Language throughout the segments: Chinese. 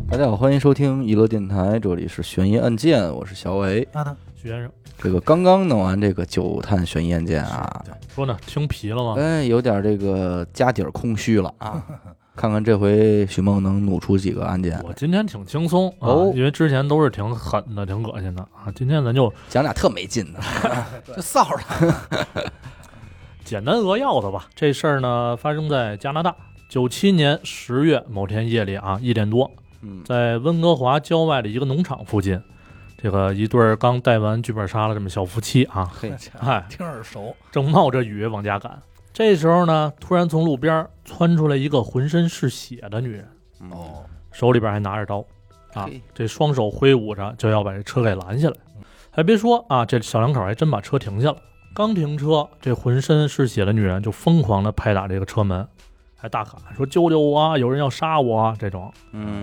大家好，欢迎收听娱乐电台，这里是悬疑案件，我是小伟。 许先生， 这个刚刚弄完这个9探悬疑案件啊， 说呢，听皮了吗？ 哎，有点这个家底儿空虚了啊。看看这回许梦能努出几个案件。 我今天挺轻松哦， 因为之前都是挺狠的、挺恶心的啊。今天咱就讲俩特没劲的， 就臊了。 简单扼要的吧。这事儿呢，发生在加拿大97年10月某天夜里啊，1点多，在温哥华郊外的一个农场附近，这个一对刚带完剧本杀的这么小夫妻啊，哎， 听耳熟， 正冒着雨往家赶。这时候呢，突然从路边窜出来一个浑身是血的女人，手里边还拿着刀，啊，这双手挥舞着就要把这车给拦下来。还别说啊，这小两口还真把车停下了。刚停车，这浑身是血的女人就疯狂地拍打这个车门，还大喊说：“救救我啊！有人要杀我啊！”这种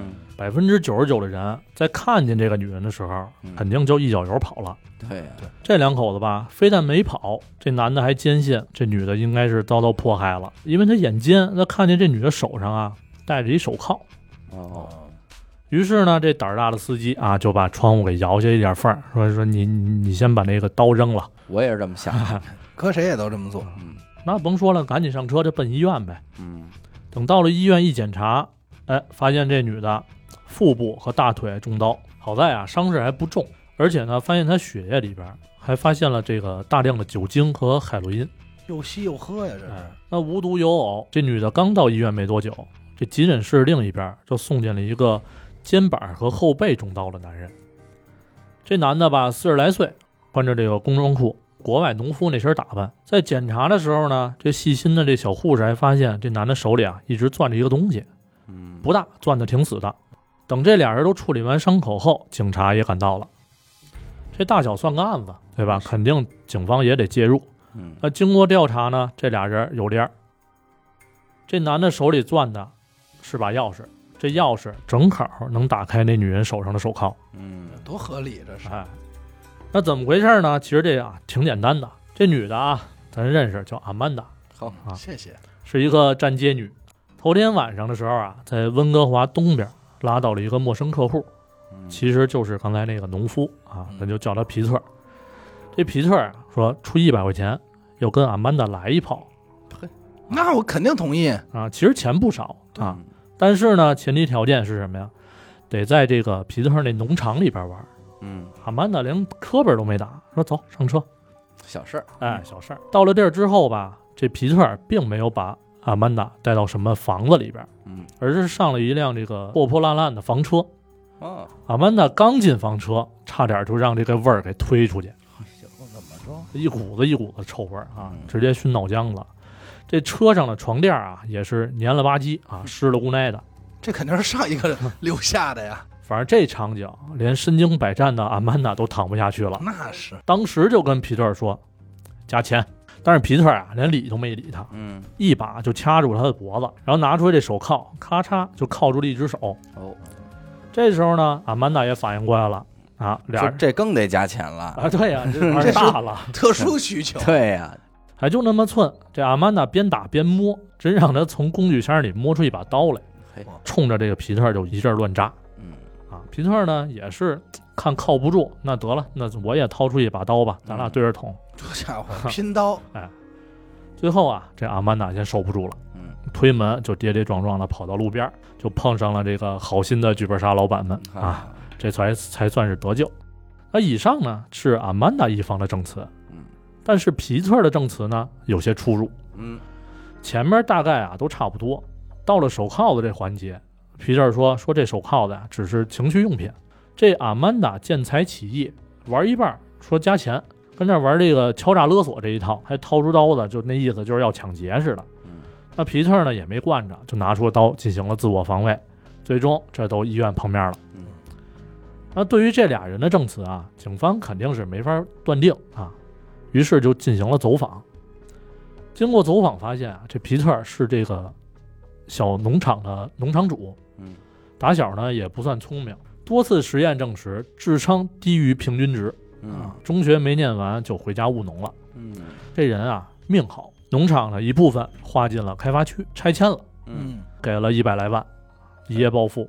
，99%的人在看见这个女人的时候，肯定就一脚油跑了。 对呀， 这两口子吧，非但没跑，这男的还坚信这女的应该是遭到迫害了，因为他眼尖，他看见这女的手上啊戴着一手铐。于是呢，这胆大的司机啊就把窗户给摇下一点缝儿，说你先把那个刀扔了。 我也是这么想的， 搁谁也都这么做。 那甭说了，赶紧上车就奔医院呗。等到了医院一检查，哎，发现这女的腹部和大腿中刀，好在啊伤势还不重，而且呢发现她血液里边还发现了这个大量的酒精和海洛因， 又吸又喝呀，这是。 那无独有偶，这女的刚到医院没多久，这急诊室另一边就送进了一个肩膀和后背中刀的男人。这男的吧，40来岁，穿着这个工装裤，国外农夫那身打扮。在检查的时候呢，这细心的这小护士还发现这男的手里啊一直攥着一个东西，不大，攥得挺死的。等这俩人都处理完伤口后，警察也赶到了。这大小算个案子，对吧？肯定警方也得介入。那经过调查呢，这俩人有联儿。这男的手里攥的是把钥匙，这钥匙正好能打开那女人手上的手铐。 多合理这是。 那怎么回事呢？其实这啊挺简单的。这女的啊，咱认识，叫阿曼达。 好啊，谢谢。 是一个站街女。头天晚上的时候啊，在温哥华东边拉到了一个陌生客户，其实就是刚才那个农夫啊，咱就叫他皮特。这皮特啊说出100块钱，要跟阿曼达来一炮。 那我肯定同意啊。其实钱不少啊，但是呢，前提条件是什么呀？得在这个皮特那农场里边玩。阿曼达连磕本都没打，说走上车， 小事儿。 哎，小事儿。到了地儿之后吧，这皮特并没有把阿曼达带到什么房子里边，而是上了一辆这个破破烂烂的房车。阿曼达刚进房车，差点就让这个味儿给推出去， 怎么说？ 一股子臭味啊，直接熏脑浆子。这车上的床垫啊，也是黏了吧唧啊，湿了无奈的。 这肯定是上一个留下的呀。 反正这场景，连身经百战的阿曼达都躺不下去了。 那是， 当时就跟皮特说加钱，但是皮特啊连理都没理他，一把就掐住他的脖子，然后拿出这手铐，咔嚓就铐住了一只手。这时候呢，阿曼达也反应过来了啊，俩人这更得加钱了啊！对呀，这玩意大了， 特殊需求。 对呀， 还就那么寸。这阿曼达边打边摸，真让他从工具箱里摸出一把刀来，冲着这个皮特就一阵乱扎。皮特呢也是看靠不住，那得了，那我也掏出一把刀吧，咱俩对着捅。 这家伙拼刀， 最后啊，这阿曼达先受不住了，推门就跌跌撞撞的跑到路边，就碰上了这个好心的剧本杀老板们啊，这才算是得救。那以上呢是阿曼达一方的证词，但是皮特的证词呢有些出入，前面大概啊都差不多，到了手铐的这环节。皮特说这手铐的只是情趣用品，这阿曼达见财起意，玩一半说加钱，跟这玩这个敲诈勒索这一套，还掏出刀子，就那意思就是要抢劫似的。那皮特呢也没惯着，就拿出刀进行了自我防卫，最终这都医院碰面了。那对于这俩人的证词啊，警方肯定是没法断定啊，于是就进行了走访。经过走访发现啊，这皮特是这个小农场的农场主，打小呢也不算聪明，多次实验证实智商低于平均值，中学没念完就回家务农了。这人啊命好，农场的一部分划进了开发区，拆迁了，给了100来万，一夜暴富。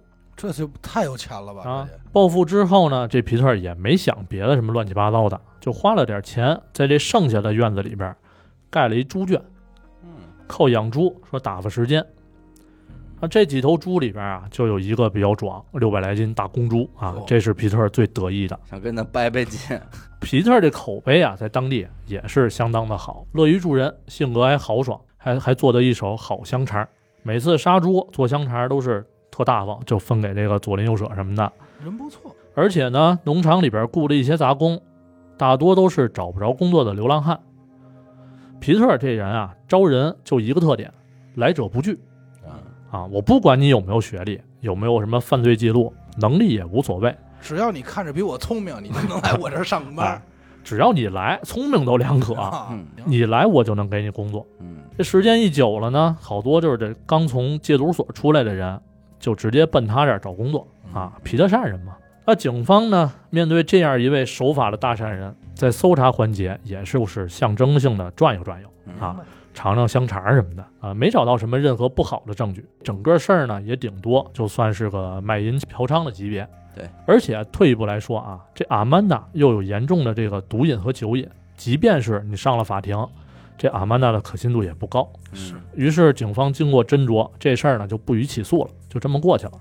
这就太有钱了吧？ 啊，暴富之后呢，这皮特也没想别的什么乱七八糟的，就花了点钱，在这剩下的院子里边盖了一猪圈，靠养猪说打发时间。那这几头猪里边啊，就有一个比较壮，600来斤大公猪啊，这是皮特最得意的， 想跟他掰掰劲。 皮特这口碑啊，在当地也是相当的好，乐于助人，性格还豪爽，还做得一手好香肠。每次杀猪做香肠都是特大方，就分给这个左邻右舍什么的， 人不错。 而且呢，农场里边雇了一些杂工，大多都是找不着工作的流浪汉。皮特这人啊，招人就一个特点，来者不拒。我不管你有没有学历，有没有什么犯罪记录，能力也无所谓， 只要你看着比我聪明，你就能来我这儿上班。 只要你来，聪明都两可，你来我就能给你工作。这时间一久了呢，好多就是这刚从戒毒所出来的人，就直接奔他这儿找工作啊，皮特善人嘛。那警方呢，面对这样一位守法的大善人，在搜查环节也是象征性的转悠转悠啊。尝尝香肠什么的啊，没找到什么任何不好的证据。整个事儿呢，也顶多就算是个卖淫嫖娼的级别。 对， 而且退一步来说啊，这阿曼达又有严重的这个毒瘾和酒瘾，即便是你上了法庭，这阿曼达的可信度也不高。 是， 于是警方经过斟酌，这事儿呢就不予起诉了，就这么过去了。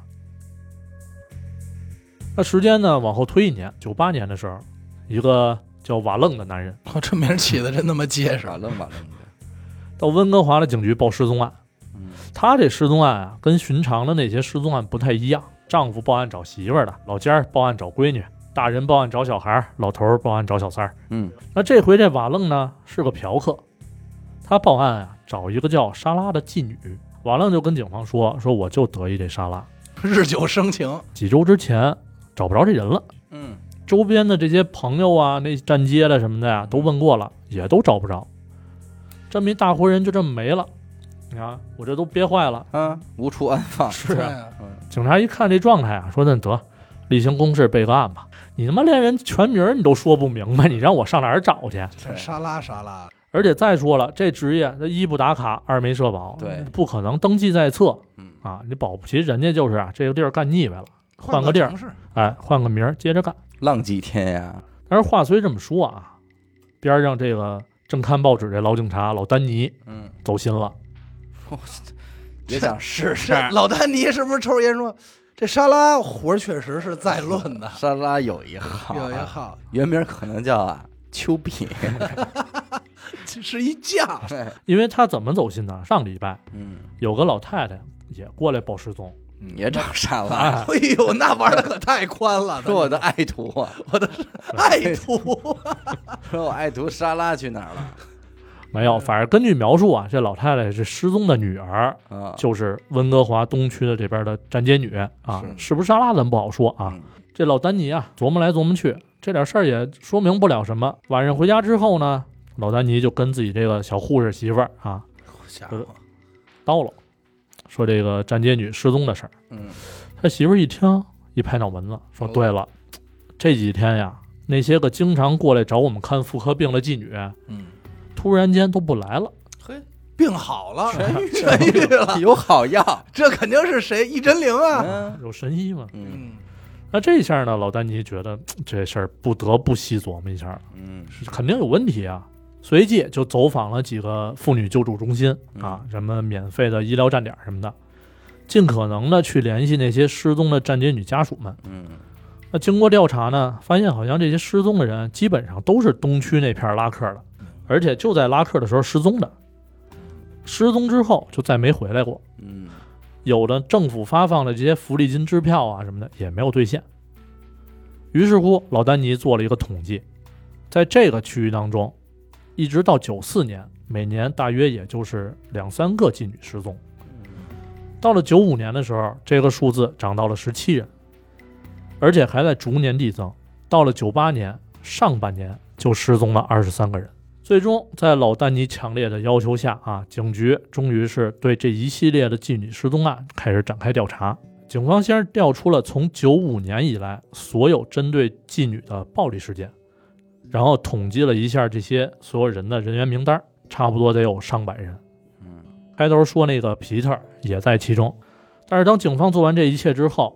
那时间呢往后推1年，98年的时候，一个叫瓦楞的男人， 这名起的真他妈结实。 瓦楞的。 到温哥华的警局报失踪案。他这失踪案啊，跟寻常的那些失踪案不太一样。丈夫报案找媳妇儿的，老家报案找闺女，大人报案找小孩，老头报案找小三儿。那这回这瓦楞呢是个嫖客，他报案啊找一个叫莎拉的妓女。瓦楞就跟警方说我就得意这莎拉， 日久生情。 几周之前找不着这人了。周边的这些朋友啊，那站街的什么的呀，都问过了，也都找不着。这么一大活人就这么没了，你看我这都憋坏了无处安放。 是啊，警察一看这状态啊，说那得例行公事备个案吧。你他妈连人全名你都说不明白，你让我上哪儿找去？ 沙拉。 而且再说了，这职业他一不打卡，二没社保， 对， 不可能登记在册。你保不齐人家就是啊，这个地儿干腻歪了，换个地儿，换个名儿接着干， 浪几天呀。 但是话虽这么说啊，边上这个正看报纸这老警察老丹尼，走心了， 也想试试。 老丹尼是不是抽烟说，这沙拉活确实是在论的？ 沙拉有一号，原名可能叫丘比， 是一将。 因为他怎么走心呢？上礼拜，有个老太太也过来报失踪。 也找沙拉。 哎呦，那玩的可太宽了！ 说我的爱徒啊， 我的爱徒， 说我爱徒沙拉去哪儿了？ 没有，反正根据描述啊，这老太太是失踪的女儿，就是温哥华东区的这边的站街女啊，是不是沙拉咱不好说啊。这老丹尼啊，琢磨来琢磨去，这点事儿也说明不了什么。晚上回家之后呢，老丹尼就跟自己这个小护士媳妇儿啊，叨唠。说这个站街女失踪的事儿，他媳妇儿一听，一拍脑门子，说：“对了，这几天呀，那些个经常过来找我们看妇科病的妓女，突然间都不来了。 嘿，病好了， 痊愈了，有好药， 这肯定是谁？一针灵啊， 有神医嘛。那这一下呢，老丹尼觉得这事儿不得不细琢磨一下，肯定有问题啊。”随即就走访了几个妇女救助中心什么免费的医疗站点什么的，尽可能的去联系那些失踪的站街女家属们。那经过调查呢，发现好像这些失踪的人基本上都是东区那片拉客的，而且就在拉客的时候失踪的，失踪之后就再没回来过。有的政府发放的这些福利金支票啊什么的也没有兑现。于是乎，老丹尼做了一个统计，在这个区域当中，一直到94年，每年大约也就是2-3个妓女失踪。到了95年的时候，这个数字涨到了17人，而且还在逐年递增。到了98年上半年就失踪了23个人。最终在老丹尼强烈的要求下警局终于是对这一系列的妓女失踪案开始展开调查。警方先是调出了从95年以来所有针对妓女的暴力事件，然后统计了一下这些所有人的人员名单，差不多得有上百人。开头说那个皮特也在其中，但是当警方做完这一切之后，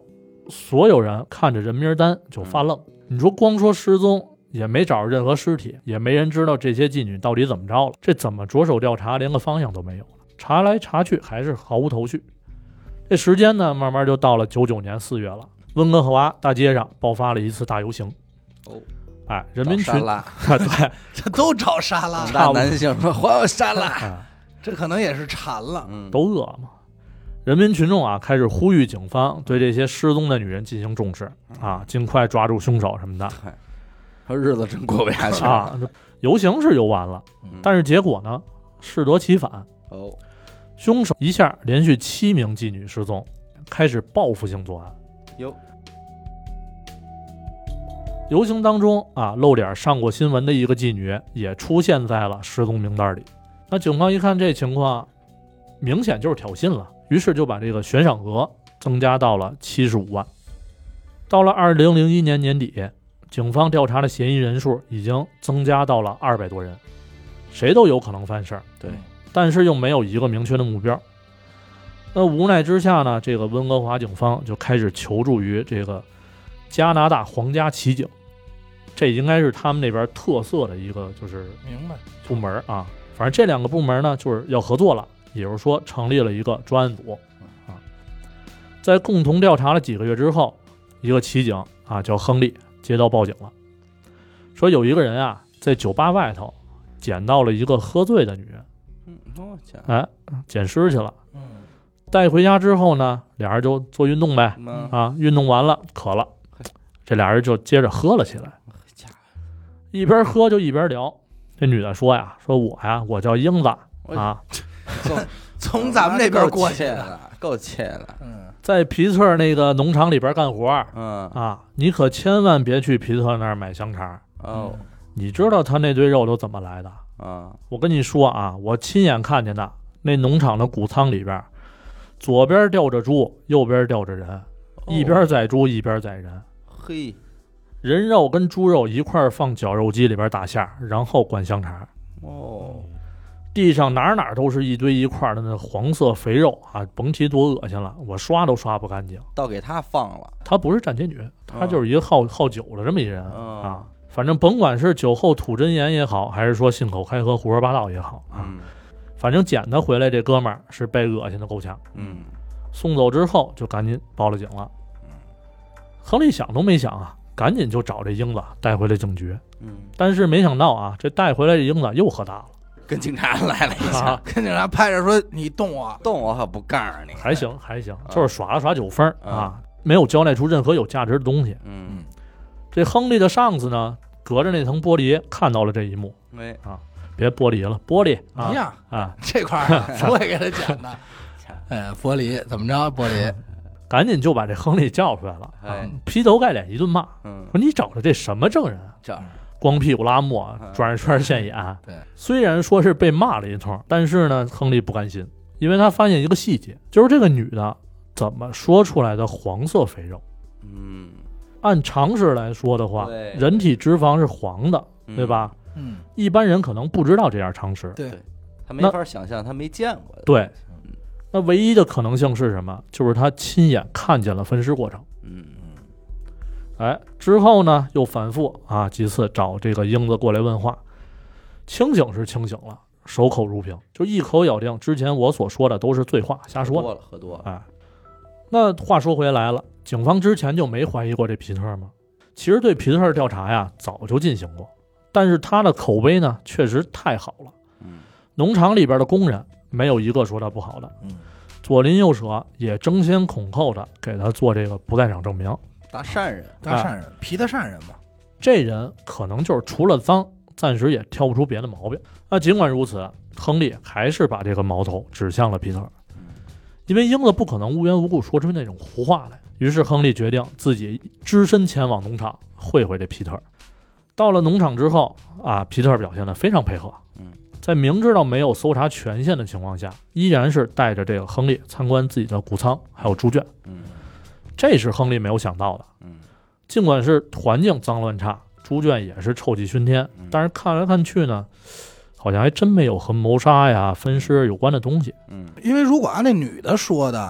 所有人看着人名单就发愣。你说光说失踪，也没找着任何尸体，也没人知道这些妓女到底怎么着了，这怎么着手调查，连个方向都没有，查来查去还是毫无头绪。这时间呢，慢慢就到了99年4月了，温哥华大街上爆发了一次大游行。人民群对， 这都找沙拉， 大男性说还我沙拉， 这可能也是馋了， 都饿嘛。人民群众啊，开始呼吁警方对这些失踪的女人进行重视啊，尽快抓住凶手什么的。 日子真过不下去啊！游行是游完了，但是结果呢，适得其反。凶手一下连续7名妓女失踪，开始报复性作案。游行当中啊，露脸上过新闻的一个妓女也出现在了失踪名单里。那警方一看这情况，明显就是挑衅了，于是就把这个悬赏额增加到了75万。到了2001年年底，警方调查的嫌疑人数已经增加到了200多人，谁都有可能犯事儿。 对， 但是又没有一个明确的目标。那无奈之下呢，这个温哥华警方就开始求助于这个加拿大皇家骑警，这应该是他们那边特色的一个就是部门啊。反正这2个部门呢就是要合作了，也就是说成立了一个专案组啊。在共同调查了几个月之后，一个骑警啊叫亨利接到报警了，说有一个人啊在酒吧外头捡到了一个喝醉的女人，捡尸去了。带回家之后呢，俩人就做运动呗，运动完了渴了，这俩人就接着喝了起来，一边喝就一边聊。这女的说呀，说我叫英子啊， 从咱们这边过去了，够切了。 在皮特那个农场里边干活，你可千万别去皮特那儿买香肠你知道他那堆肉都怎么来的我跟你说啊，我亲眼看见的，那农场的谷仓里边，左边吊着猪，右边吊着人，一边宰猪一边宰人。人肉跟猪肉一块放绞肉机里边打馅，然后灌香肠。地上哪都是一堆一块的那黄色肥肉啊，甭提多恶心了，我刷都刷不干净。 倒给他放了， 他不是站街女，他就是一个好酒的这么一人啊。反正甭管是酒后吐真言也好，还是说信口开河胡说八道也好反正捡他回来这哥们儿是被恶心的够呛。送走之后就赶紧报了警了。亨利想都没想啊，赶紧就找这英子带回来警局。但是没想到啊，这带回来的英子又喝大了， 跟警察来了一下， 跟警察拍着说你动我可不告诉你。 还行，就是耍了耍酒疯没有交代出任何有价值的东西。这亨利的上司呢，隔着那层玻璃看到了这一幕。别玻璃了，玻璃这块不会给他讲的。玻璃怎么着？玻璃赶紧就把这亨利叫出来了，劈头盖脸一顿骂，说你找的这什么证人光屁股拉磨，转着圈现眼。虽然说是被骂了一通，但是呢，亨利不甘心，因为他发现一个细节，就是这个女的怎么说出来的黄色肥肉。按常识来说的话，人体脂肪是黄的，对吧？一般人可能不知道这样常识， 对， 他没法想象，他没见过。 对，那唯一的可能性是什么？就是他亲眼看见了分尸过程。之后呢，又反复几次找这个英子过来问话。清醒是清醒了，守口如瓶，就一口咬定之前我所说的都是醉话，瞎说的。 喝多了。 那话说回来了，警方之前就没怀疑过这皮特吗？其实对皮特的调查呀，早就进行过，但是他的口碑呢，确实太好了。农场里边的工人没有一个说他不好的。左邻右舍也争先恐后的给他做这个不在场证明。 大善人，皮特善人嘛。 这人可能就是除了脏，暂时也挑不出别的毛病。尽管如此，亨利还是把这个矛头指向了皮特，因为英子不可能无缘无故说出那种胡话来。于是亨利决定自己只身前往农场会会这皮特。到了农场之后皮特表现得非常配合。在明知道没有搜查权限的情况下，依然是带着这个亨利参观自己的谷仓还有猪圈。这是亨利没有想到的。尽管是环境脏乱差，猪圈也是臭气熏天，但是看来看去呢，好像还真没有和谋杀呀、分尸有关的东西。 因为如果按那女的说的，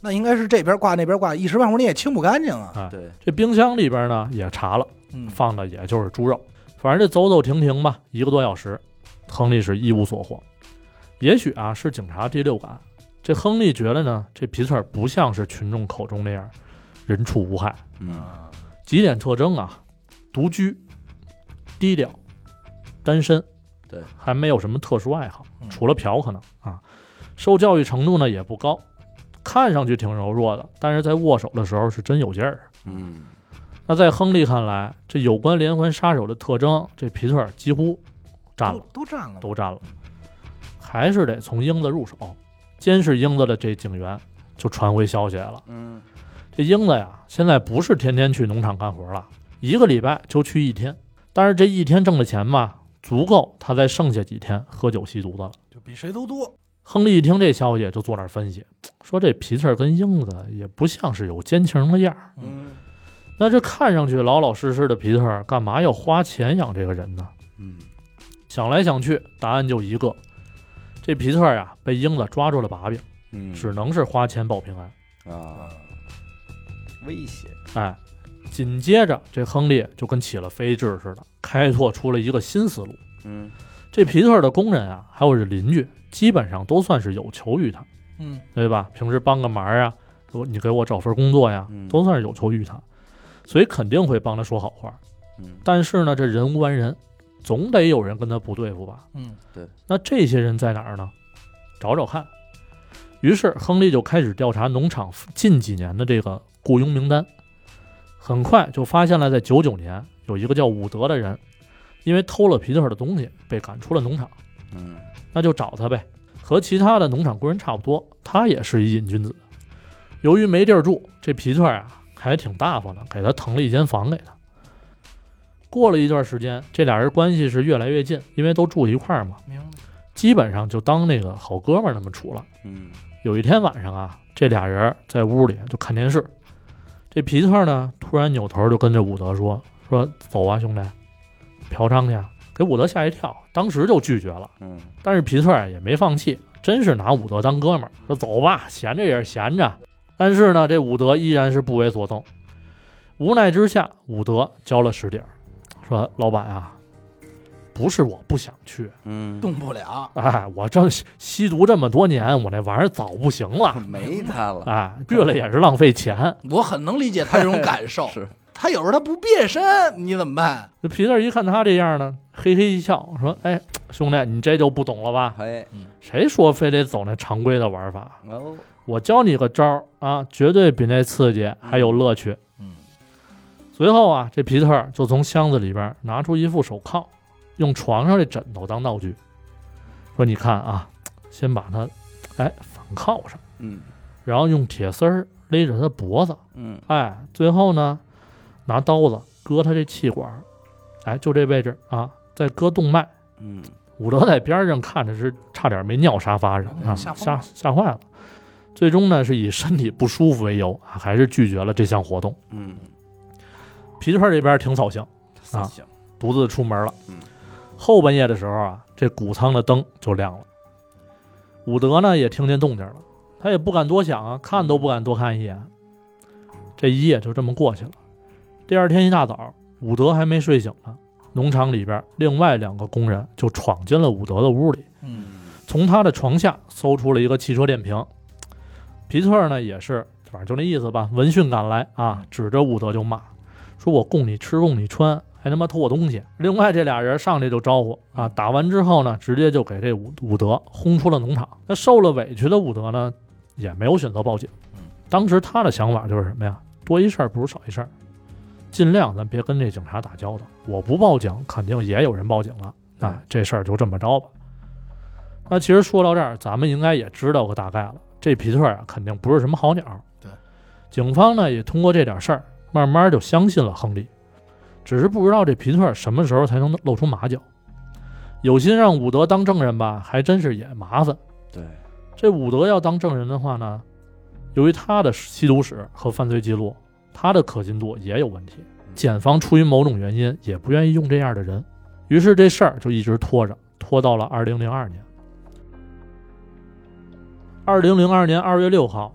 那应该是这边挂那边挂，一时半会儿你也清不干净啊。 对， 这冰箱里边呢也查了，放的也就是猪肉。反正这走走停停吧，1个多小时，亨利是一无所获。也许啊是警察第六感，这亨利觉得呢，这皮特不像是群众口中那样人畜无害。几点特征啊：独居、低调、单身， 对， 还没有什么特殊爱好，除了嫖可能啊。受教育程度呢也不高，看上去挺柔弱的，但是在握手的时候是真有劲儿。那在亨利看来，这有关连环杀手的特征，这皮特几乎占了， 都占了， 还是得从英子入手。监视英子的这警员就传回消息来了。这英子呀，现在不是天天去农场干活了，1个礼拜就去1天，但是这1天挣的钱吧，足够他在剩下几天喝酒吸毒的了， 就比谁都多。 亨利一听这消息，就坐那儿分析，说这皮特跟英子也不像是有奸情的样儿。那这看上去老老实实的皮特，干嘛要花钱养这个人呢？想来想去，答案就一个，这皮特呀被英子抓住了把柄，只能是花钱保平安啊，威胁。 紧接着这亨利就跟起了飞智似的，开拓出了一个新思路。这皮特的工人啊，还有这邻居，基本上都算是有求于他，对吧？平时帮个忙啊，你给我找份工作呀，都算是有求于他，所以肯定会帮他说好话。但是呢，这人无完人，总得有人跟他不对付吧？ 对。 那这些人在哪儿呢？找找看。于是亨利就开始调查农场近几年的这个雇佣名单，很快就发现了，在99年有一个叫伍德的人，因为偷了皮特的东西被赶出了农场。那就找他呗。和其他的农场工人差不多，他也是一瘾君子。由于没地儿住，这皮特啊还挺大方的，给他腾了一间房给他。过了一段时间，这俩人关系是越来越近，因为都住一块儿嘛，基本上就当那个好哥们儿那么处了。有一天晚上啊，这俩人在屋里就看电视，这皮特呢突然扭头就跟这伍德说走啊兄弟，嫖娼去啊。给伍德吓一跳，当时就拒绝了。但是皮特也没放弃，真是拿伍德当哥们儿，说走吧，闲着也是闲着。但是呢，这伍德依然是不为所动。无奈之下，伍德交了实底儿，说老板啊，不是我不想去， 动不了。 我正吸毒这么多年，我那玩意儿早不行了， 没他了。 去了也是浪费钱。 我很能理解他这种感受。 是。 他有时候他不变身，你怎么办？ 这皮特一看他这样呢，嘿嘿一笑，说：“哎，兄弟，你这就不懂了吧？谁说非得走那常规的玩法？我教你个招啊，绝对比那刺激还有乐趣。”随后啊，这皮特就从箱子里边拿出一副手铐，用床上的枕头当道具，说：“你看啊，先把它反铐上，然后用铁丝勒着他脖子，最后呢。”拿刀子割他这气管，就这位置啊，再割动脉。伍德在边上看着是差点没尿沙发上吓坏了。最终呢，是以身体不舒服为由，还是拒绝了这项活动。皮特这边挺扫兴独自出门了。后半夜的时候啊，这谷仓的灯就亮了。伍德呢也听见动静了，他也不敢多想啊，看都不敢多看一眼。这一夜就这么过去了。第二天一大早，伍德还没睡醒呢，农场里边另外2个工人就闯进了伍德的屋里，从他的床下搜出了一个汽车电瓶。皮特呢也是，反正就那意思吧，闻讯赶来啊，指着伍德就骂，说我供你吃供你穿，还他妈偷我东西。另外这俩人上来就招呼啊，打完之后呢，直接就给这伍德轰出了农场。那受了委屈的伍德呢，也没有选择报警。当时他的想法就是什么呀？多一事不如少一事，尽量咱别跟这警察打交道。我不报警，肯定也有人报警了。这事儿就这么着吧。那其实说到这儿，咱们应该也知道个大概了。这皮特啊，肯定不是什么好鸟。 对， 警方呢也通过这点事儿，慢慢就相信了亨利。只是不知道这皮特什么时候才能露出马脚。有心让伍德当证人吧，还真是也麻烦。 对， 这伍德要当证人的话呢，由于他的吸毒史和犯罪记录，他的可信度也有问题。检方出于某种原因也不愿意用这样的人，于是这事儿就一直拖到了2002年。2002年2月6号，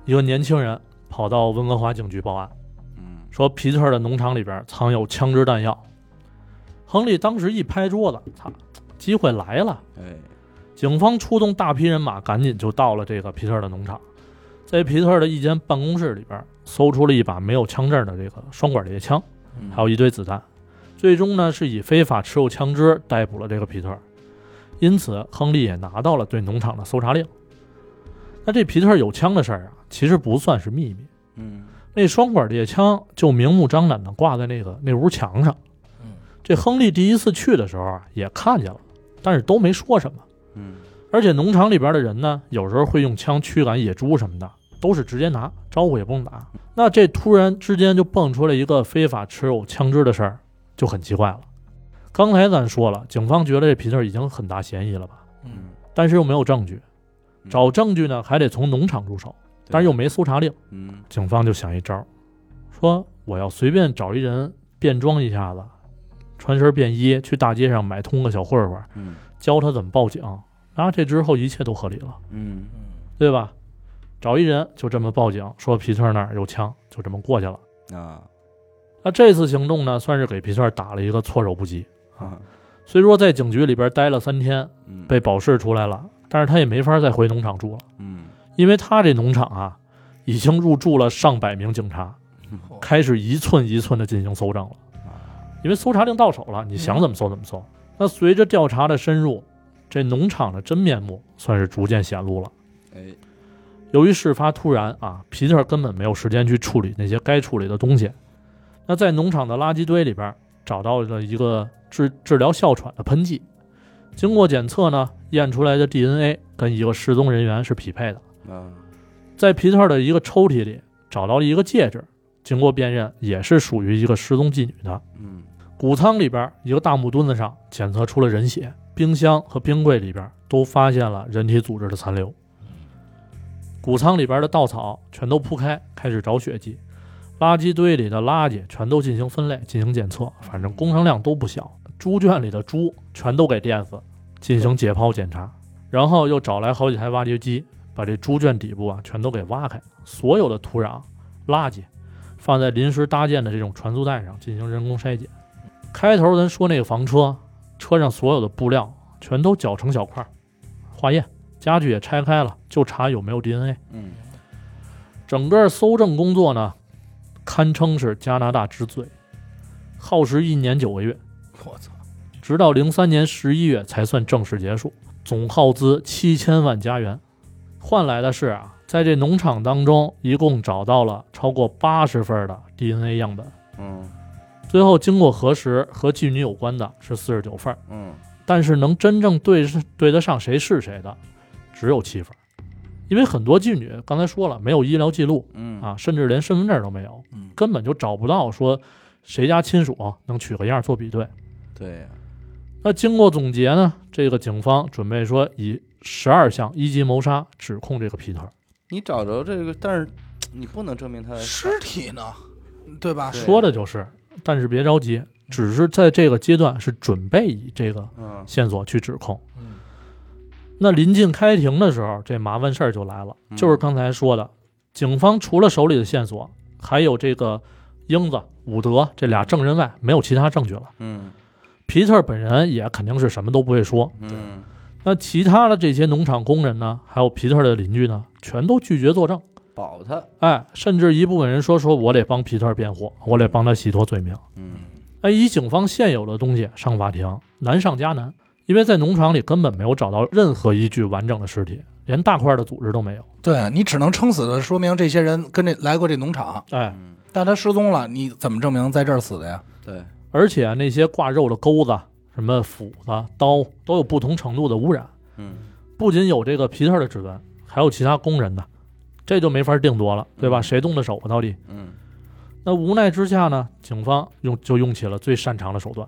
一个年轻人跑到温哥华警局报案，说皮特的农场里边藏有枪支弹药。亨利当时一拍桌子，操，机会来了！警方出动大批人马，赶紧就到了这个皮特的农场，在皮特的一间办公室里边搜出了一把没有枪证的这个双管猎枪，还有一堆子弹。最终呢，是以非法持有枪支逮捕了这个皮特。因此，亨利也拿到了对农场的搜查令。那这皮特有枪的事儿啊，其实不算是秘密。那双管猎枪就明目张胆的挂在那屋墙上。这亨利第一次去的时候啊，也看见了，但是都没说什么。而且农场里边的人呢，有时候会用枪驱赶野猪什么的，都是直接拿，招呼也不用打。那这突然之间就蹦出来一个非法持有枪支的事儿，就很奇怪了。刚才咱说了，警方觉得这皮特已经很大嫌疑了吧？但是又没有证据，找证据呢还得从农场入手，但是又没搜查令。警方就想一招，说我要随便找一人变装一下子，穿身便衣去大街上买通个小混混，教他怎么报警，那这之后一切都合理了，对吧？找一人就这么报警，说皮特那儿有枪，就这么过去了啊。那这次行动呢，算是给皮特打了一个措手不及啊。虽说在警局里边待了3天，被保释出来了，但是他也没法再回农场住了，因为他这农场啊，已经入驻了上百名警察，开始一寸一寸的进行搜证了。因为搜查令到手了，你想怎么搜怎么搜。那随着调查的深入，这农场的真面目算是逐渐显露了。由于事发突然啊，皮特根本没有时间去处理那些该处理的东西。那在农场的垃圾堆里边找到了一个治疗哮喘的喷剂，经过检测呢，验出来的 DNA 跟一个失踪人员是匹配的。在皮特的一个抽屉里找到了一个戒指，经过辨认也是属于一个失踪妓女的。谷仓里边一个大木墩子上检测出了人血，冰箱和冰柜里边都发现了人体组织的残留。谷仓里边的稻草全都铺开，开始找血迹。垃圾堆里的垃圾全都进行分类，进行检测，反正工程量都不小。猪圈里的猪全都给电死，进行解剖检查，然后又找来好几台挖掘机，把这猪圈底部啊全都给挖开，所有的土壤、垃圾放在临时搭建的这种传输带上进行人工筛检。开头咱说那个房车，车上所有的布料全都绞成小块，化验，家具也拆开了，就查有没有 DNA。整个搜证工作呢，堪称是加拿大之最，耗时1年9个月。 我操！ 直到03年11月才算正式结束，总耗资7000万加元。换来的是啊，在这农场当中，一共找到了超过80份的 DNA 样本。最后经过核实，和妓女有关的是49份，但是能真正对得上谁是谁的，只有7份。因为很多妓女刚才说了，没有医疗记录，甚至连身份证都没有，根本就找不到说谁家亲属能取个样做比对。 对呀。 那经过总结呢，这个警方准备说以12项1级谋杀指控这个皮特。 你找着这个，但是你不能证明他的尸体呢，对吧？ 说的就是，但是别着急，只是在这个阶段是准备以这个线索去指控。那临近开庭的时候，这麻烦事儿就来了，就是刚才说的，警方除了手里的线索，还有这个英子、伍德这俩证人外，没有其他证据了。皮特本人也肯定是什么都不会说。那其他的这些农场工人呢，还有皮特的邻居呢，全都拒绝作证， 保他。 甚至一部分人说我得帮皮特辩护，我得帮他洗脱罪名。以警方现有的东西上法庭难上加难，因为在农场里根本没有找到任何一具完整的尸体，连大块的组织都没有。 对，你只能撑死的说明这些人跟这来过这农场。但他失踪了，你怎么证明在这儿死的呀？ 对， 而且那些挂肉的钩子、什么斧子、刀都有不同程度的污染。不仅有这个皮特的指纹，还有其他工人的，这就没法定夺了，对吧？谁动的手到底？那无奈之下呢，警方用起了最擅长的手段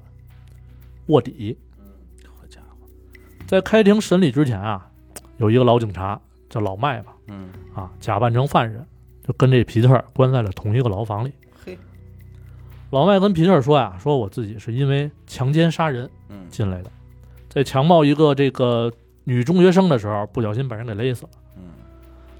——卧底。 好家伙， 在开庭审理之前啊，有一个老警察叫老麦吧，假扮成犯人，就跟这皮特关在了同一个牢房里。老麦跟皮特说呀，说我自己是因为强奸杀人进来的，在强暴一个这个女中学生的时候，不小心把人给勒死了。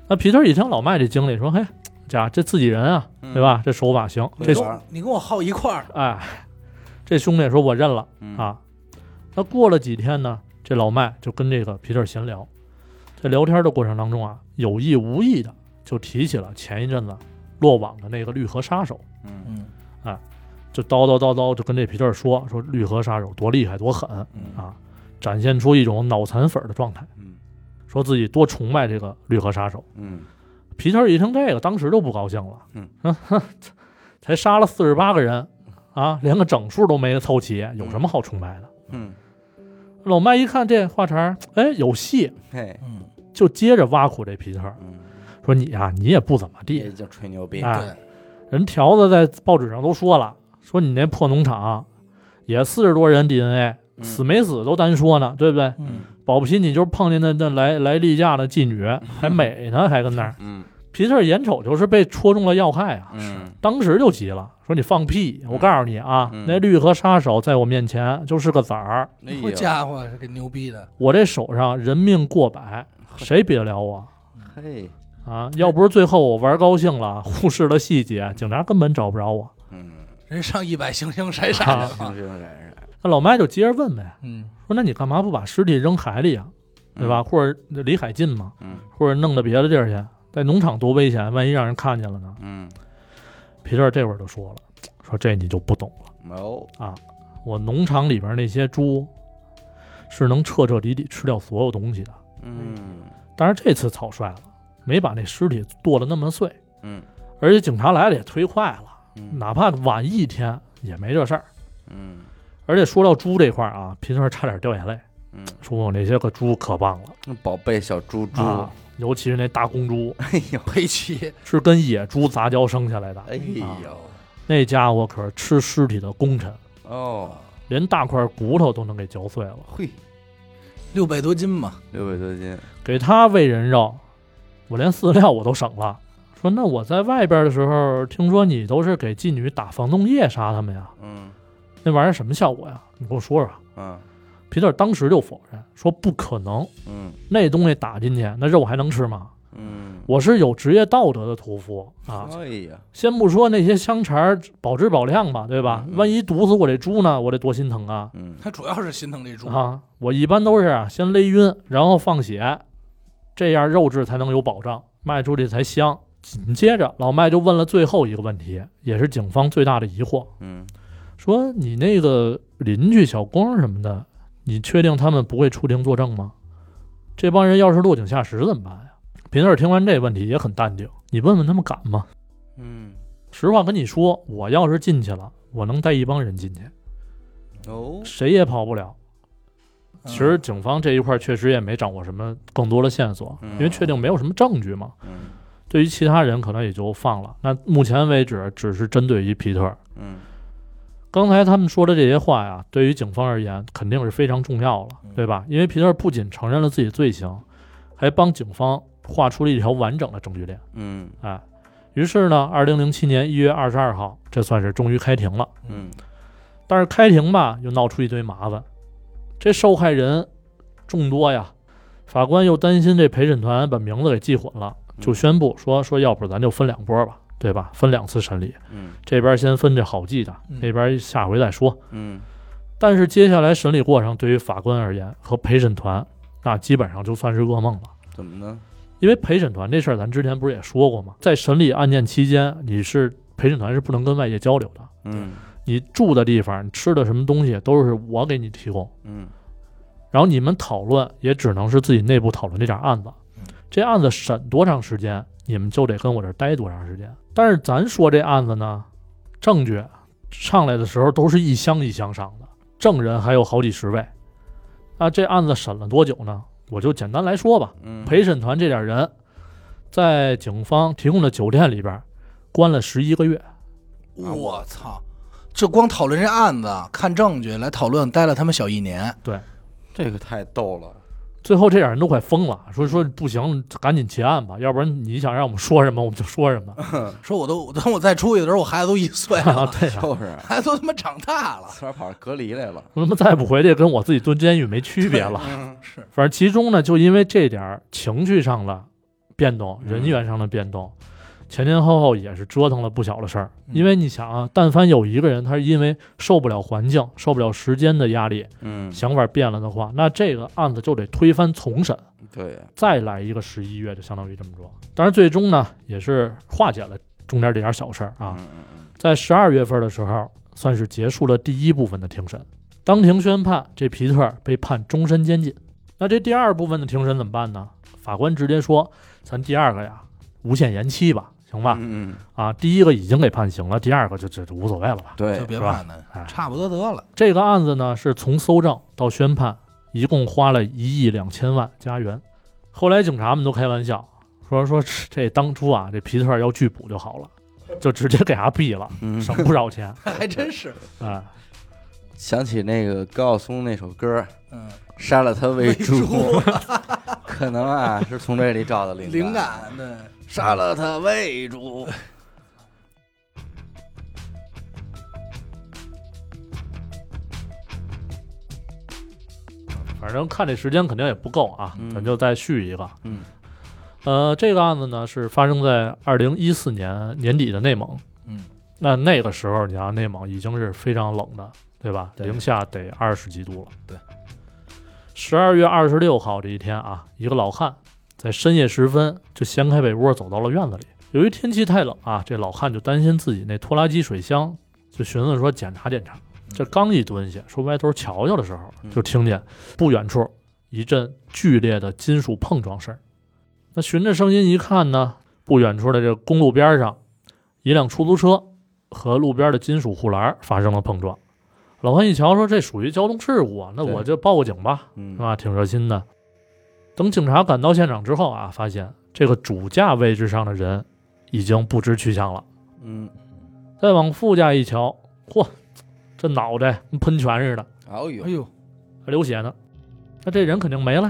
那皮特一听老麦这经历，说：“嘿，这自己人啊，对吧？这手法行， 你跟我耗一块儿。” 哎，这兄弟说：“我认了啊。”那过了几天呢，这老麦就跟这个皮特闲聊，在聊天的过程当中啊，有意无意的就提起了前一阵子落网的那个绿河杀手。就叨就跟这皮特说绿河杀手多厉害多狠啊，展现出一种脑残粉的状态，说自己多崇拜这个绿河杀手。皮特一听这个，当时就不高兴了，才杀了48个人啊，连个整数都没凑齐，有什么好崇拜的？老麦一看这话茬，哎，有戏，就接着挖苦这皮特，说你呀，你也不怎么地， 就吹牛逼。 人条子在报纸上都说了，说你那破农场也40多人 DNA，死没死都单说呢，对不对？保不齐你就是碰见那来例假的妓女，还美呢，还跟那儿。皮特眼瞅就是被戳中了要害啊，当时就急了，说你放屁！我告诉你啊，那绿河杀手在我面前就是个崽儿。 好家伙，这个牛逼的！ 我这手上人命过百，谁比得了我？ 嘿。 要不是最后我玩高兴了，忽视了细节，警察根本找不着我。 人上100星星闪闪。 那老麦就接着问呗，说那你干嘛不把尸体扔海里啊？对吧？或者离海近嘛？或者弄到别的地儿去？在农场多危险，万一让人看见了呢？皮特这会儿就说了，说这你就不懂了。我农场里边那些猪是能彻彻底底吃掉所有东西的。但是这次草率了。没把那尸体剁得那么碎，而且警察来了也忒快了，哪怕晚1天也没这事儿，而且说到猪这块啊，皮特差点掉眼泪，说我那些个猪可棒了， 宝贝小猪， 尤其是那大公猪， 哎呦，佩奇是跟野猪杂交生下来的， 哎呦， 那家伙可是吃尸体的功臣连大块骨头都能给嚼碎了， 嘿 ，600多斤嘛 ，600多斤， 给他喂人肉。我连饲料我都省了，说那我在外边的时候，听说你都是给妓女打防冻液杀他们呀？那玩意儿什么效果呀？你跟我说说。皮特当时就否认，说不可能。那东西打进去，那肉还能吃吗？我是有职业道德的屠夫啊。 哎呀， 先不说那些香肠保质保量吧，对吧？万一毒死我这猪呢，我得多心疼啊。 他主要是心疼这猪啊。我一般都是先勒晕，然后放血。这样肉质才能有保障，卖出去才香。紧接着老麦就问了最后一个问题，也是警方最大的疑惑，说你那个邻居小光什么的，你确定他们不会出庭作证吗？这帮人要是落井下石怎么办呀？皮特听完这问题也很淡定，你问问他们敢吗？实话跟你说，我要是进去了，我能带一帮人进去，谁也跑不了。其实警方这一块确实也没掌握什么更多的线索，因为确定没有什么证据嘛。对于其他人可能也就放了。那目前为止只是针对于皮特。刚才他们说的这些话呀，对于警方而言肯定是非常重要了，对吧？因为皮特不仅承认了自己罪行，还帮警方画出了一条完整的证据链。于是呢，2007年1月22号，这算是终于开庭了。但是开庭吧，又闹出一堆麻烦。这受害人众多呀，法官又担心这陪审团把名字给记混了，就宣布说要不咱就分2波吧，对吧？分2次审理，这边先分这好记的，那边下回再说。但是接下来审理过程对于法官而言和陪审团，那基本上就算是噩梦了。 怎么呢？ 因为陪审团这事儿咱之前不是也说过吗？在审理案件期间，陪审团是不能跟外界交流的。你住的地方，你吃的什么东西都是我给你提供。然后你们讨论也只能是自己内部讨论这点案子。这案子审多长时间，你们就得跟我这待多长时间。但是咱说这案子呢，证据上来的时候都是一箱一箱上的，证人还有好几十位。那这案子审了多久呢？我就简单来说吧。陪审团这点人在警方提供的酒店里边关了11个月。 我操！这光讨论这案子，看证据来讨论，待了他们小1年。 对， 这个太逗了。 最后这点人都快疯了，说不行，赶紧结案吧，要不然你想让我们说什么我们就说什么。 说等我再出去的时候，我孩子都1岁了。 对， 就是孩子都他妈长大了， 自个跑隔离来了。 我他妈再不回去，跟我自己蹲监狱没区别了。 是， 反正其中呢，就因为这点情绪上的变动，人员上的变动，前后也是折腾了不小的事儿。因为你想啊，但凡有一个人他是因为受不了环境、受不了时间的压力，想法变了的话，那这个案子就得推翻重审， 对， 再来一个11月，就相当于这么做。当然，最终呢也是化解了中间这点小事儿啊。在12月份的时候，算是结束了第一部分的庭审。当庭宣判，这皮特被判终身监禁。那这第二部分的庭审怎么办呢？法官直接说，咱第二个呀，无限延期吧，行吧？第一个已经给判刑了，第二个就无所谓了吧？ 对， 就别判了，差不多得了。 这个案子呢，是从搜证到宣判，一共花了1亿2000万加元。后来警察们都开玩笑说这当初啊，这皮特要拒捕就好了，就直接给他毙了，省不少钱。 还真是。 想起那个高晓松那首歌，杀了他喂猪，可能啊是从这里找的灵感。 对， 杀了他喂猪。 反正看这时间肯定也不够啊，咱就再续一个。这个案子呢是发生在2014年年底的内蒙。那个时候你看内蒙已经是非常冷的，对吧？零下得20几度了。对。12月26号这一天啊，一个老汉在深夜时分就掀开被窝走到了院子里。由于天气太冷啊，这老汉就担心自己那拖拉机水箱，就寻思说检查检查。这刚一蹲下说歪头瞧瞧的时候，就听见不远处一阵剧烈的金属碰撞声。那循着声音一看呢，不远处的这个公路边上，一辆出租车和路边的金属护栏发生了碰撞。老汉一瞧说，这属于交通事故啊，那我就报个警吧，是吧？挺热心的。等警察赶到现场之后啊，发现这个主驾位置上的人已经不知去向了。再往副驾一瞧，嚯，这脑袋跟喷泉似的， 哎呦， 还流血呢。那这人肯定没了。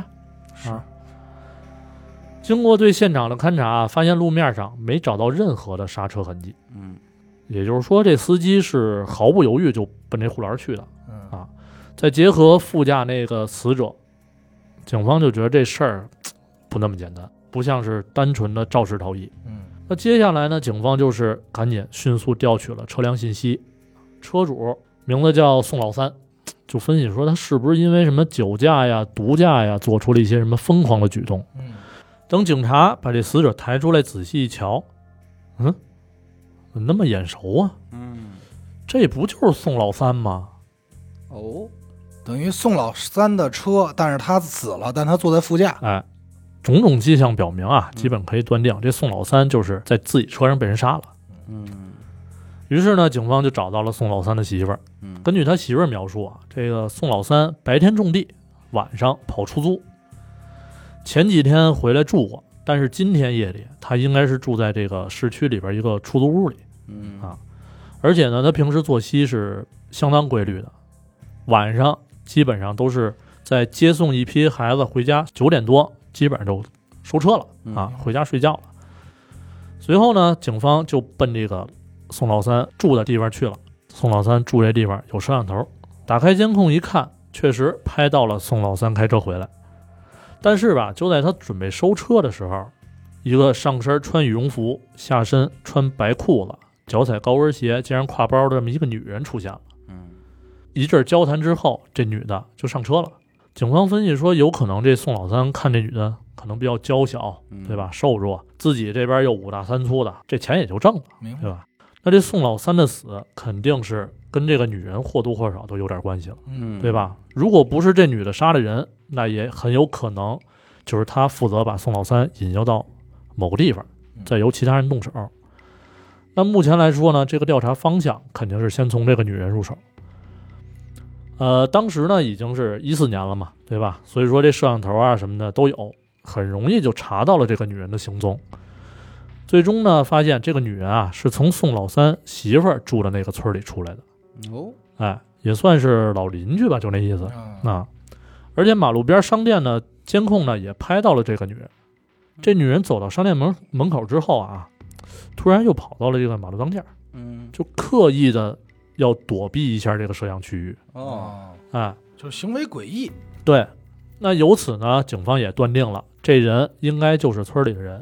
经过对现场的勘查，发现路面上没找到任何的刹车痕迹。也就是说，这司机是毫不犹豫就奔这护栏去的。再结合副驾那个死者，警方就觉得这事儿不那么简单，不像是单纯的肇事逃逸。那接下来呢，警方就是赶紧迅速调取了车辆信息，车主名字叫宋老三，就分析说他是不是因为什么酒驾呀、毒驾呀，做出了一些什么疯狂的举动。等警察把这死者抬出来仔细一瞧，怎么那么眼熟啊？这不就是宋老三吗？ 等于宋老三的车，但是他死了，但他坐在副驾。 种种迹象表明啊，基本可以断定这宋老三就是在自己车上被人杀了。于是呢，警方就找到了宋老三的媳妇儿。根据他媳妇儿描述啊，这个宋老三白天种地，晚上跑出租。前几天回来住过，但是今天夜里他应该是住在这个市区里边一个出租屋里。而且呢，他平时作息是相当规律的，晚上基本上都是在接送一批孩子回家，9点多基本上就收车了回家睡觉了。随后呢，警方就奔这个宋老三住的地方去了。宋老三住这地方有摄像头，打开监控一看，确实拍到了宋老三开车回来。但是吧，就在他准备收车的时候，一个上身穿羽绒服，下身穿白裤子，脚踩高跟鞋，竟然挎包的这么一个女人出现了。一阵交谈之后，这女的就上车了。警方分析说，有可能这宋老三看这女的可能比较娇小，对吧？瘦弱，自己这边又5大3粗的，这钱也就挣了，对吧？那这宋老三的死肯定是跟这个女人或多或少都有点关系了，对吧？如果不是这女的杀了人，那也很有可能就是她负责把宋老三引诱到某个地方，再由其他人动手。那目前来说呢，这个调查方向肯定是先从这个女人入手。当时呢已经是14年了嘛，对吧？所以说这摄像头啊什么的都有，很容易就查到了这个女人的行踪。最终呢，发现这个女人啊是从宋老三媳妇儿住的那个村里出来的。也算是老邻居吧，就那意思。而且马路边商店呢，监控呢也拍到了这个女人。这女人走到商店门口之后啊，突然又跑到了这个马路当间，就刻意的要躲避一下这个摄像区域。 就行为诡异。 对，那由此呢，警方也断定了这人应该就是村里的人，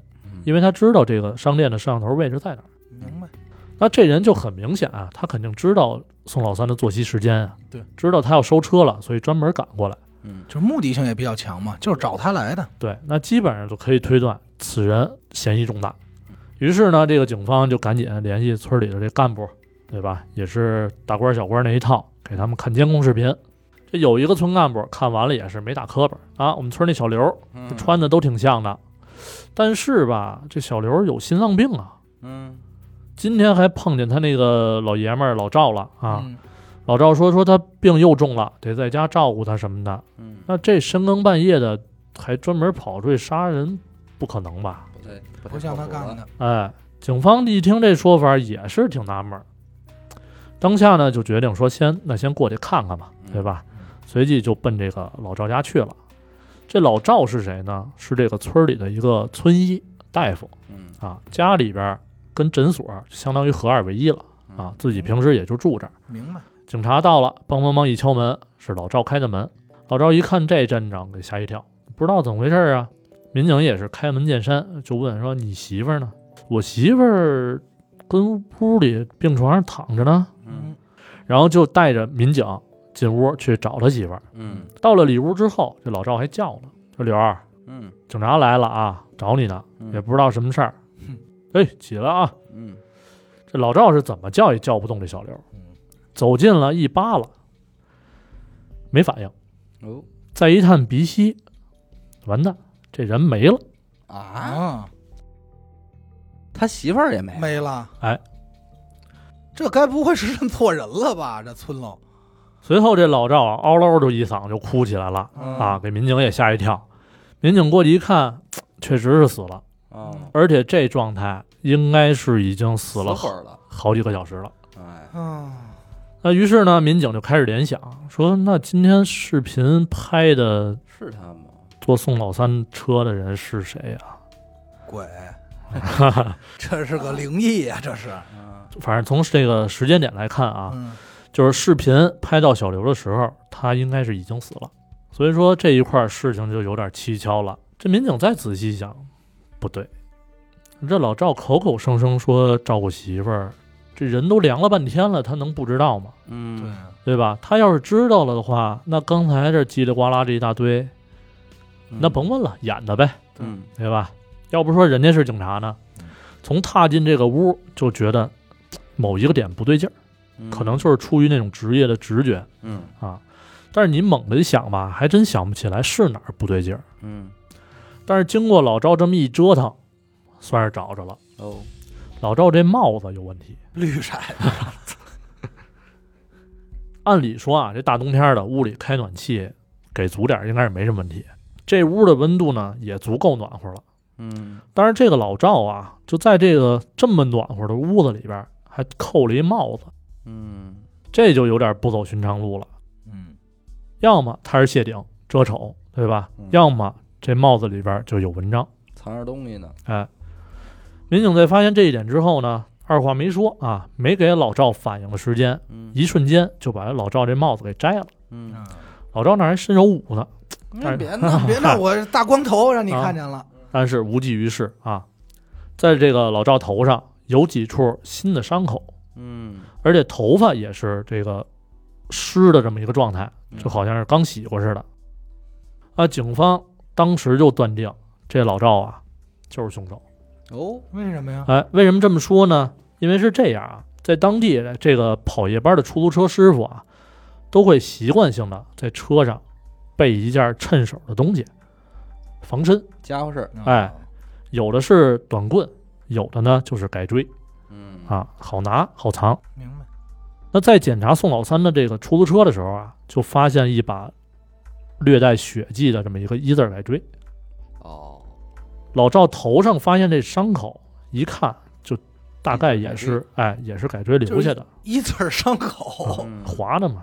因为他知道这个商店的摄像头位置在哪儿。 明白。 那这人就很明显啊，他肯定知道宋老三的作息时间啊， 对， 知道他要收车了，所以专门赶过来。 就是目的性也比较强嘛，就是找他来的。 对，那基本上就可以推断此人嫌疑重大。于是呢，这个警方就赶紧联系村里的这干部，对吧？也是大官小官那一套，给他们看监控视频。这有一个村干部看完了也是没打磕巴啊，我们村那小刘，穿的都挺像的，但是吧，这小刘有心脏病啊。今天还碰见他那个老爷们儿老赵了啊。老赵说他病又重了，得在家照顾他什么的。那这深更半夜的还专门跑出去杀人，不可能吧？ 不像他干的。 哎，警方一听这说法也是挺纳闷，当下呢就决定说先过去看看吧，对吧？随即就奔这个老赵家去了。这老赵是谁呢？是这个村里的一个村医大夫，家里边跟诊所相当于合二为一了啊，自己平时也就住这儿。 明白。 警察到了，梆一敲门，是老赵开的门。老赵一看这阵仗，给吓一跳，不知道怎么回事啊。民警也是开门见山，就问说：“你媳妇儿呢？”我媳妇儿跟屋里病床上躺着呢。然后就带着民警进屋去找他媳妇儿。到了里屋之后，这老赵还叫了，说：“刘儿，警察来了啊，找你呢，也不知道什么事儿。哎，起来啊。这老赵是怎么叫也叫不动这小刘。走近了一扒拉，没反应。再一探鼻息，完蛋，这人没了啊！他媳妇儿也没了。 哎， 这该不会是认错人了吧？这村喽。 随后这老赵啊，嗷喽就一嗓就哭起来了啊，给民警也吓一跳。民警过去一看，确实是死了而且这状态应该是已经死了好几个小时了。那于是呢，民警就开始联想，说那今天视频拍的是他吗？ 坐宋老三车的人是谁呀？ 鬼，这是个灵异呀，这是。 反正从这个时间点来看啊，就是视频拍到小刘的时候，他应该是已经死了。所以说这一块事情就有点蹊跷了。这民警再仔细想，不对，这老赵口口声声说照顾媳妇儿。这人都凉了半天了，他能不知道吗？对吧？他要是知道了的话，那刚才这叽里呱啦这一大堆，那甭问了，演的呗，对吧？要不说人家是警察呢，从踏进这个屋就觉得某一个点不对劲儿，可能就是出于那种职业的直觉，但是你猛地一想吧，还真想不起来是哪儿不对劲儿，但是经过老赵这么一折腾，算是找着了。老赵这帽子有问题， 绿色的。 按理说啊，这大冬天的屋里开暖气，给足点应该是没什么问题。这屋的温度呢也足够暖和了。但是这个老赵啊，就在这个这么暖和的屋子里边，还扣了一帽子。这就有点不走寻常路了。要么他是谢顶遮丑，对吧？要么这帽子里边就有文章， 藏着东西呢。 哎。民警在发现这一点之后呢，二话没说啊，没给老赵反应的时间，一瞬间就把老赵这帽子给摘了。老赵那还伸手捂呢， 别闹，我大光头让你看见了。 但是无济于事啊，在这个老赵头上有几处新的伤口，而且头发也是这个湿的这么一个状态，就好像是刚洗过似的。警方当时就断定这老赵啊就是凶手。 为什么呀？ 为什么这么说呢？因为是这样啊，在当地这个跑夜班的出租车师傅啊，都会习惯性的在车上备一件趁手的东西，防身家伙事。 有的是短棍，有的呢就是改锥，好拿好藏。 明白。 那在检查宋老三的这个出租车的时候啊，就发现一把略带血迹的这么一个一字改锥。老赵头上发现这伤口，一看就大概也是也是改锥留下的， 一字伤口， 划的嘛。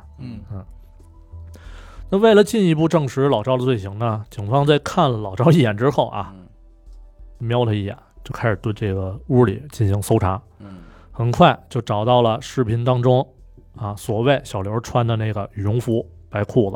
那为了进一步证实老赵的罪行呢，警方在看了老赵一眼之后啊，瞄他一眼，就开始对这个屋里进行搜查。很快就找到了视频当中所谓小刘穿的那个羽绒服、白裤子，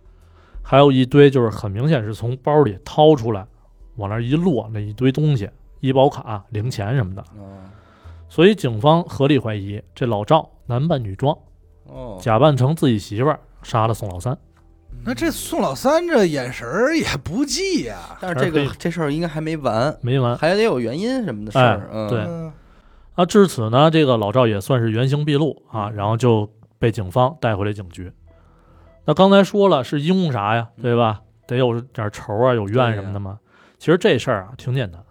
还有一堆就是很明显是从包里掏出来往那一摞那一堆东西， 医保卡、零钱什么的。所以警方合理怀疑这老赵男扮女装，假扮成自己媳妇儿杀了宋老三。 那这宋老三这眼神也不济呀。 但是这事儿应该还没完，还得有原因什么的事儿。 对。至此呢，这个老赵也算是原形毕露啊，然后就被警方带回了警局。那刚才说了是因啥呀，对吧？得有点仇啊，有怨什么的嘛。其实这事儿啊挺简单。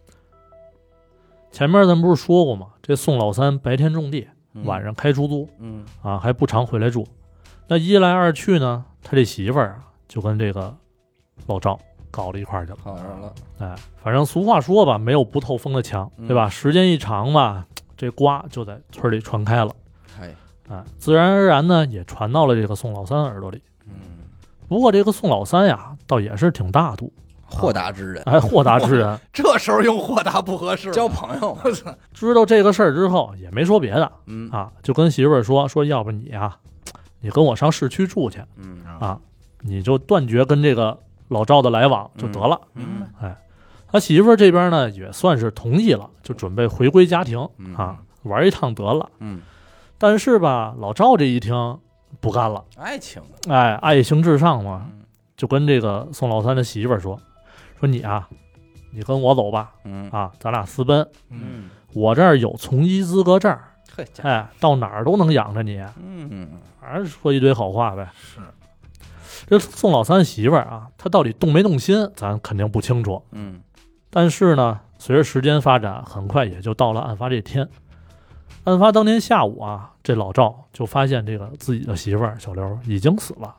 前面咱不是说过吗？这宋老三白天种地，晚上开出租，还不常回来住。那一来二去呢，他这媳妇儿啊就跟这个老赵搞到一块儿去了。 好上了， 反正俗话说吧，没有不透风的墙，对吧？时间一长吧，这瓜就在村里传开了。自然而然呢，也传到了这个宋老三耳朵里。不过这个宋老三呀，倒也是挺大度。 豁达之人， 豁达之人， 这时候用豁达不合适。 交朋友， 知道这个事儿之后，也没说别的，就跟媳妇儿说，要不你啊，你跟我上市区住去，你就断绝跟这个老赵的来往就得了。他媳妇儿这边呢，也算是同意了，就准备回归家庭玩一趟得了。但是吧，老赵这一听不干了， 爱情， 爱情至上嘛，就跟这个宋老三的媳妇儿说你啊，你跟我走吧，咱俩私奔，我这儿有从医资格证，到哪儿都能养着你，反正说一堆好话呗。 是， 这宋老三媳妇儿啊，他到底动没动心，咱肯定不清楚，但是呢，随着时间发展，很快也就到了案发这天。案发当天下午啊，这老赵就发现这个自己的媳妇儿小刘已经死了。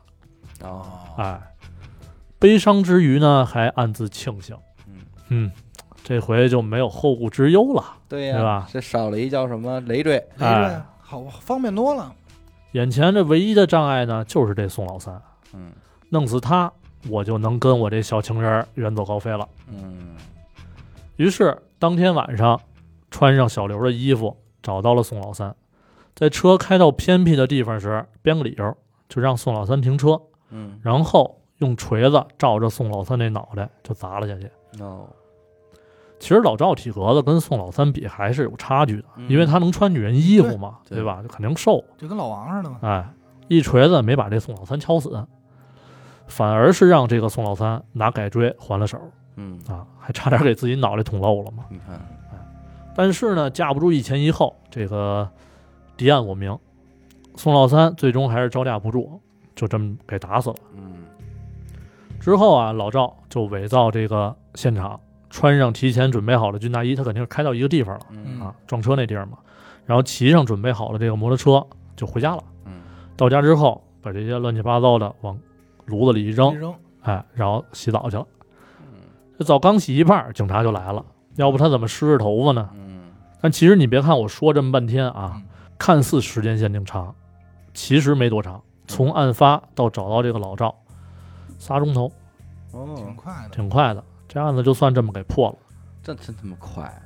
悲伤之余呢，还暗自庆幸，这回就没有后顾之忧了， 对呀， 对吧？ 这少了一叫什么累赘， 好方便多了。 眼前这唯一的障碍呢，就是这宋老三，弄死他，我就能跟我这小情人远走高飞了。于是当天晚上，穿上小刘的衣服，找到了宋老三，在车开到偏僻的地方时，编个理由，就让宋老三停车，然后用锤子照着宋老三那脑袋就砸了下去。其实老赵体格子跟宋老三比还是有差距的，因为他能穿女人衣服嘛，对吧？就肯定瘦， 就跟老王似的嘛。 一锤子没把这宋老三敲死，反而是让这个宋老三拿改锥还了手。还差点给自己脑袋捅漏了嘛。 你看， 但是呢，架不住一前一后，这个敌暗我明，宋老三最终还是招架不住，就这么给打死了。之后啊，老赵就伪造这个现场，穿上提前准备好的军大衣，他肯定是开到一个地方了，撞车那地儿嘛，然后骑上准备好的这个摩托车就回家了。到家之后，把这些乱七八糟的往炉子里一扔，然后洗澡去了。这澡刚洗一半，警察就来了，要不他怎么湿着头发呢？但其实你别看我说这么半天啊，看似时间线挺长，其实没多长，从案发到找到这个老赵，3钟头，挺快的，这案子就算这么给破了。 真他妈快啊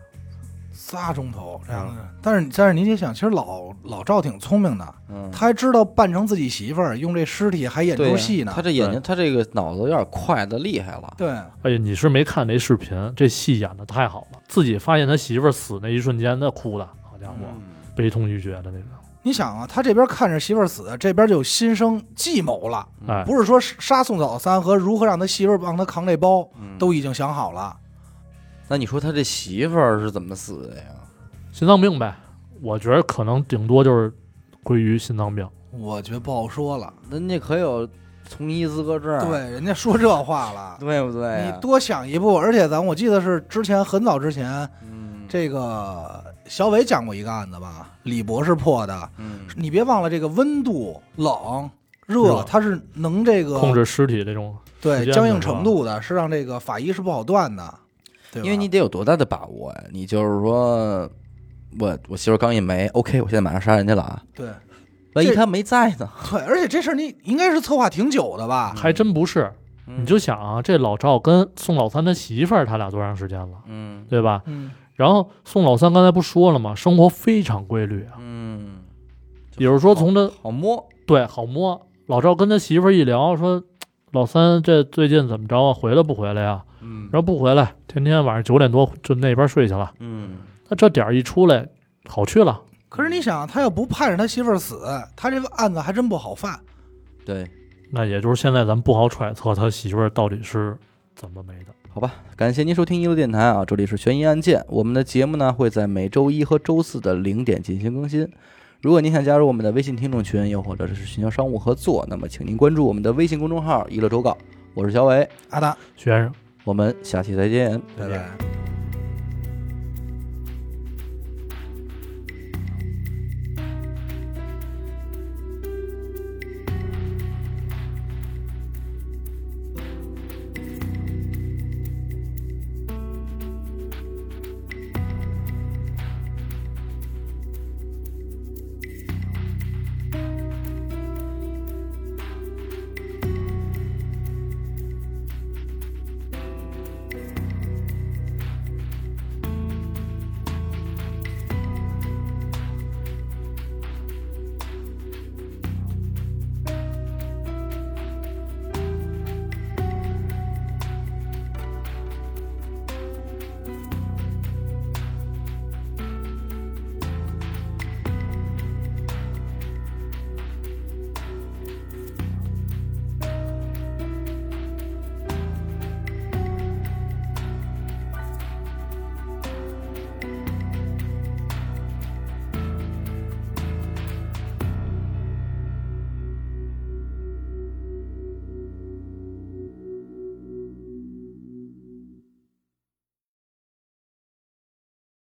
！3钟头这样的，但是你得想，其实老赵挺聪明的，他还知道扮成自己媳妇儿，用这尸体还演出戏呢。 他这眼睛，他这个脑子有点快的厉害了。 对， 哎呀，你是没看那视频，这戏演的太好了。自己发现他媳妇儿死那一瞬间，那哭的好家伙，悲痛欲绝的那种。 你想啊，他这边看着媳妇儿死，这边就心生计谋了。不是说杀宋老三和如何让他媳妇儿帮他扛这包，都已经想好了。 那你说他这媳妇儿是怎么死的呀？ 心脏病呗，我觉得可能顶多就是归于心脏病。 我觉得不好说了， 人家可有从医资格证， 对，人家说这话了， 对不对？ 你多想一步，而且我记得是很早之前，这个小伟讲过一个案子吧，李博士破的。你别忘了这个温度、冷、热，它是能这个控制尸体这种对僵硬程度的，是让这个法医是不好断的。 因为你得有多大的把握呀？你就是说，我媳妇刚一没 ，OK， 我现在马上杀人去了啊。 对， 万一他没在呢？ 对，而且这事儿你应该是策划挺久的吧？ 还真不是，你就想啊，这老赵跟宋老三他媳妇儿，他俩多长时间了？对吧？然后宋老三刚才不说了吗？生活非常规律啊。比如说从他好摸， 对，好摸。老赵跟他媳妇儿一聊，说老三这最近怎么着啊？回来不回来呀？然后不回来，天天晚上9点多就那边睡去了。那这点一出来，好去了。 可是你想，他要不盼着他媳妇儿死，他这个案子还真不好犯。 对， 那也就是现在咱们不好揣测他媳妇儿到底是怎么没的。 好吧，感谢您收听一路电台啊，这里是悬疑案件。我们的节目呢会在每周一和周四的0点进行更新。如果您想加入我们的微信听众群，又或者是寻求商务合作，那么请您关注我们的微信公众号一乐周告。我是小伟， 阿达徐先生， 我们下期再见， 拜拜。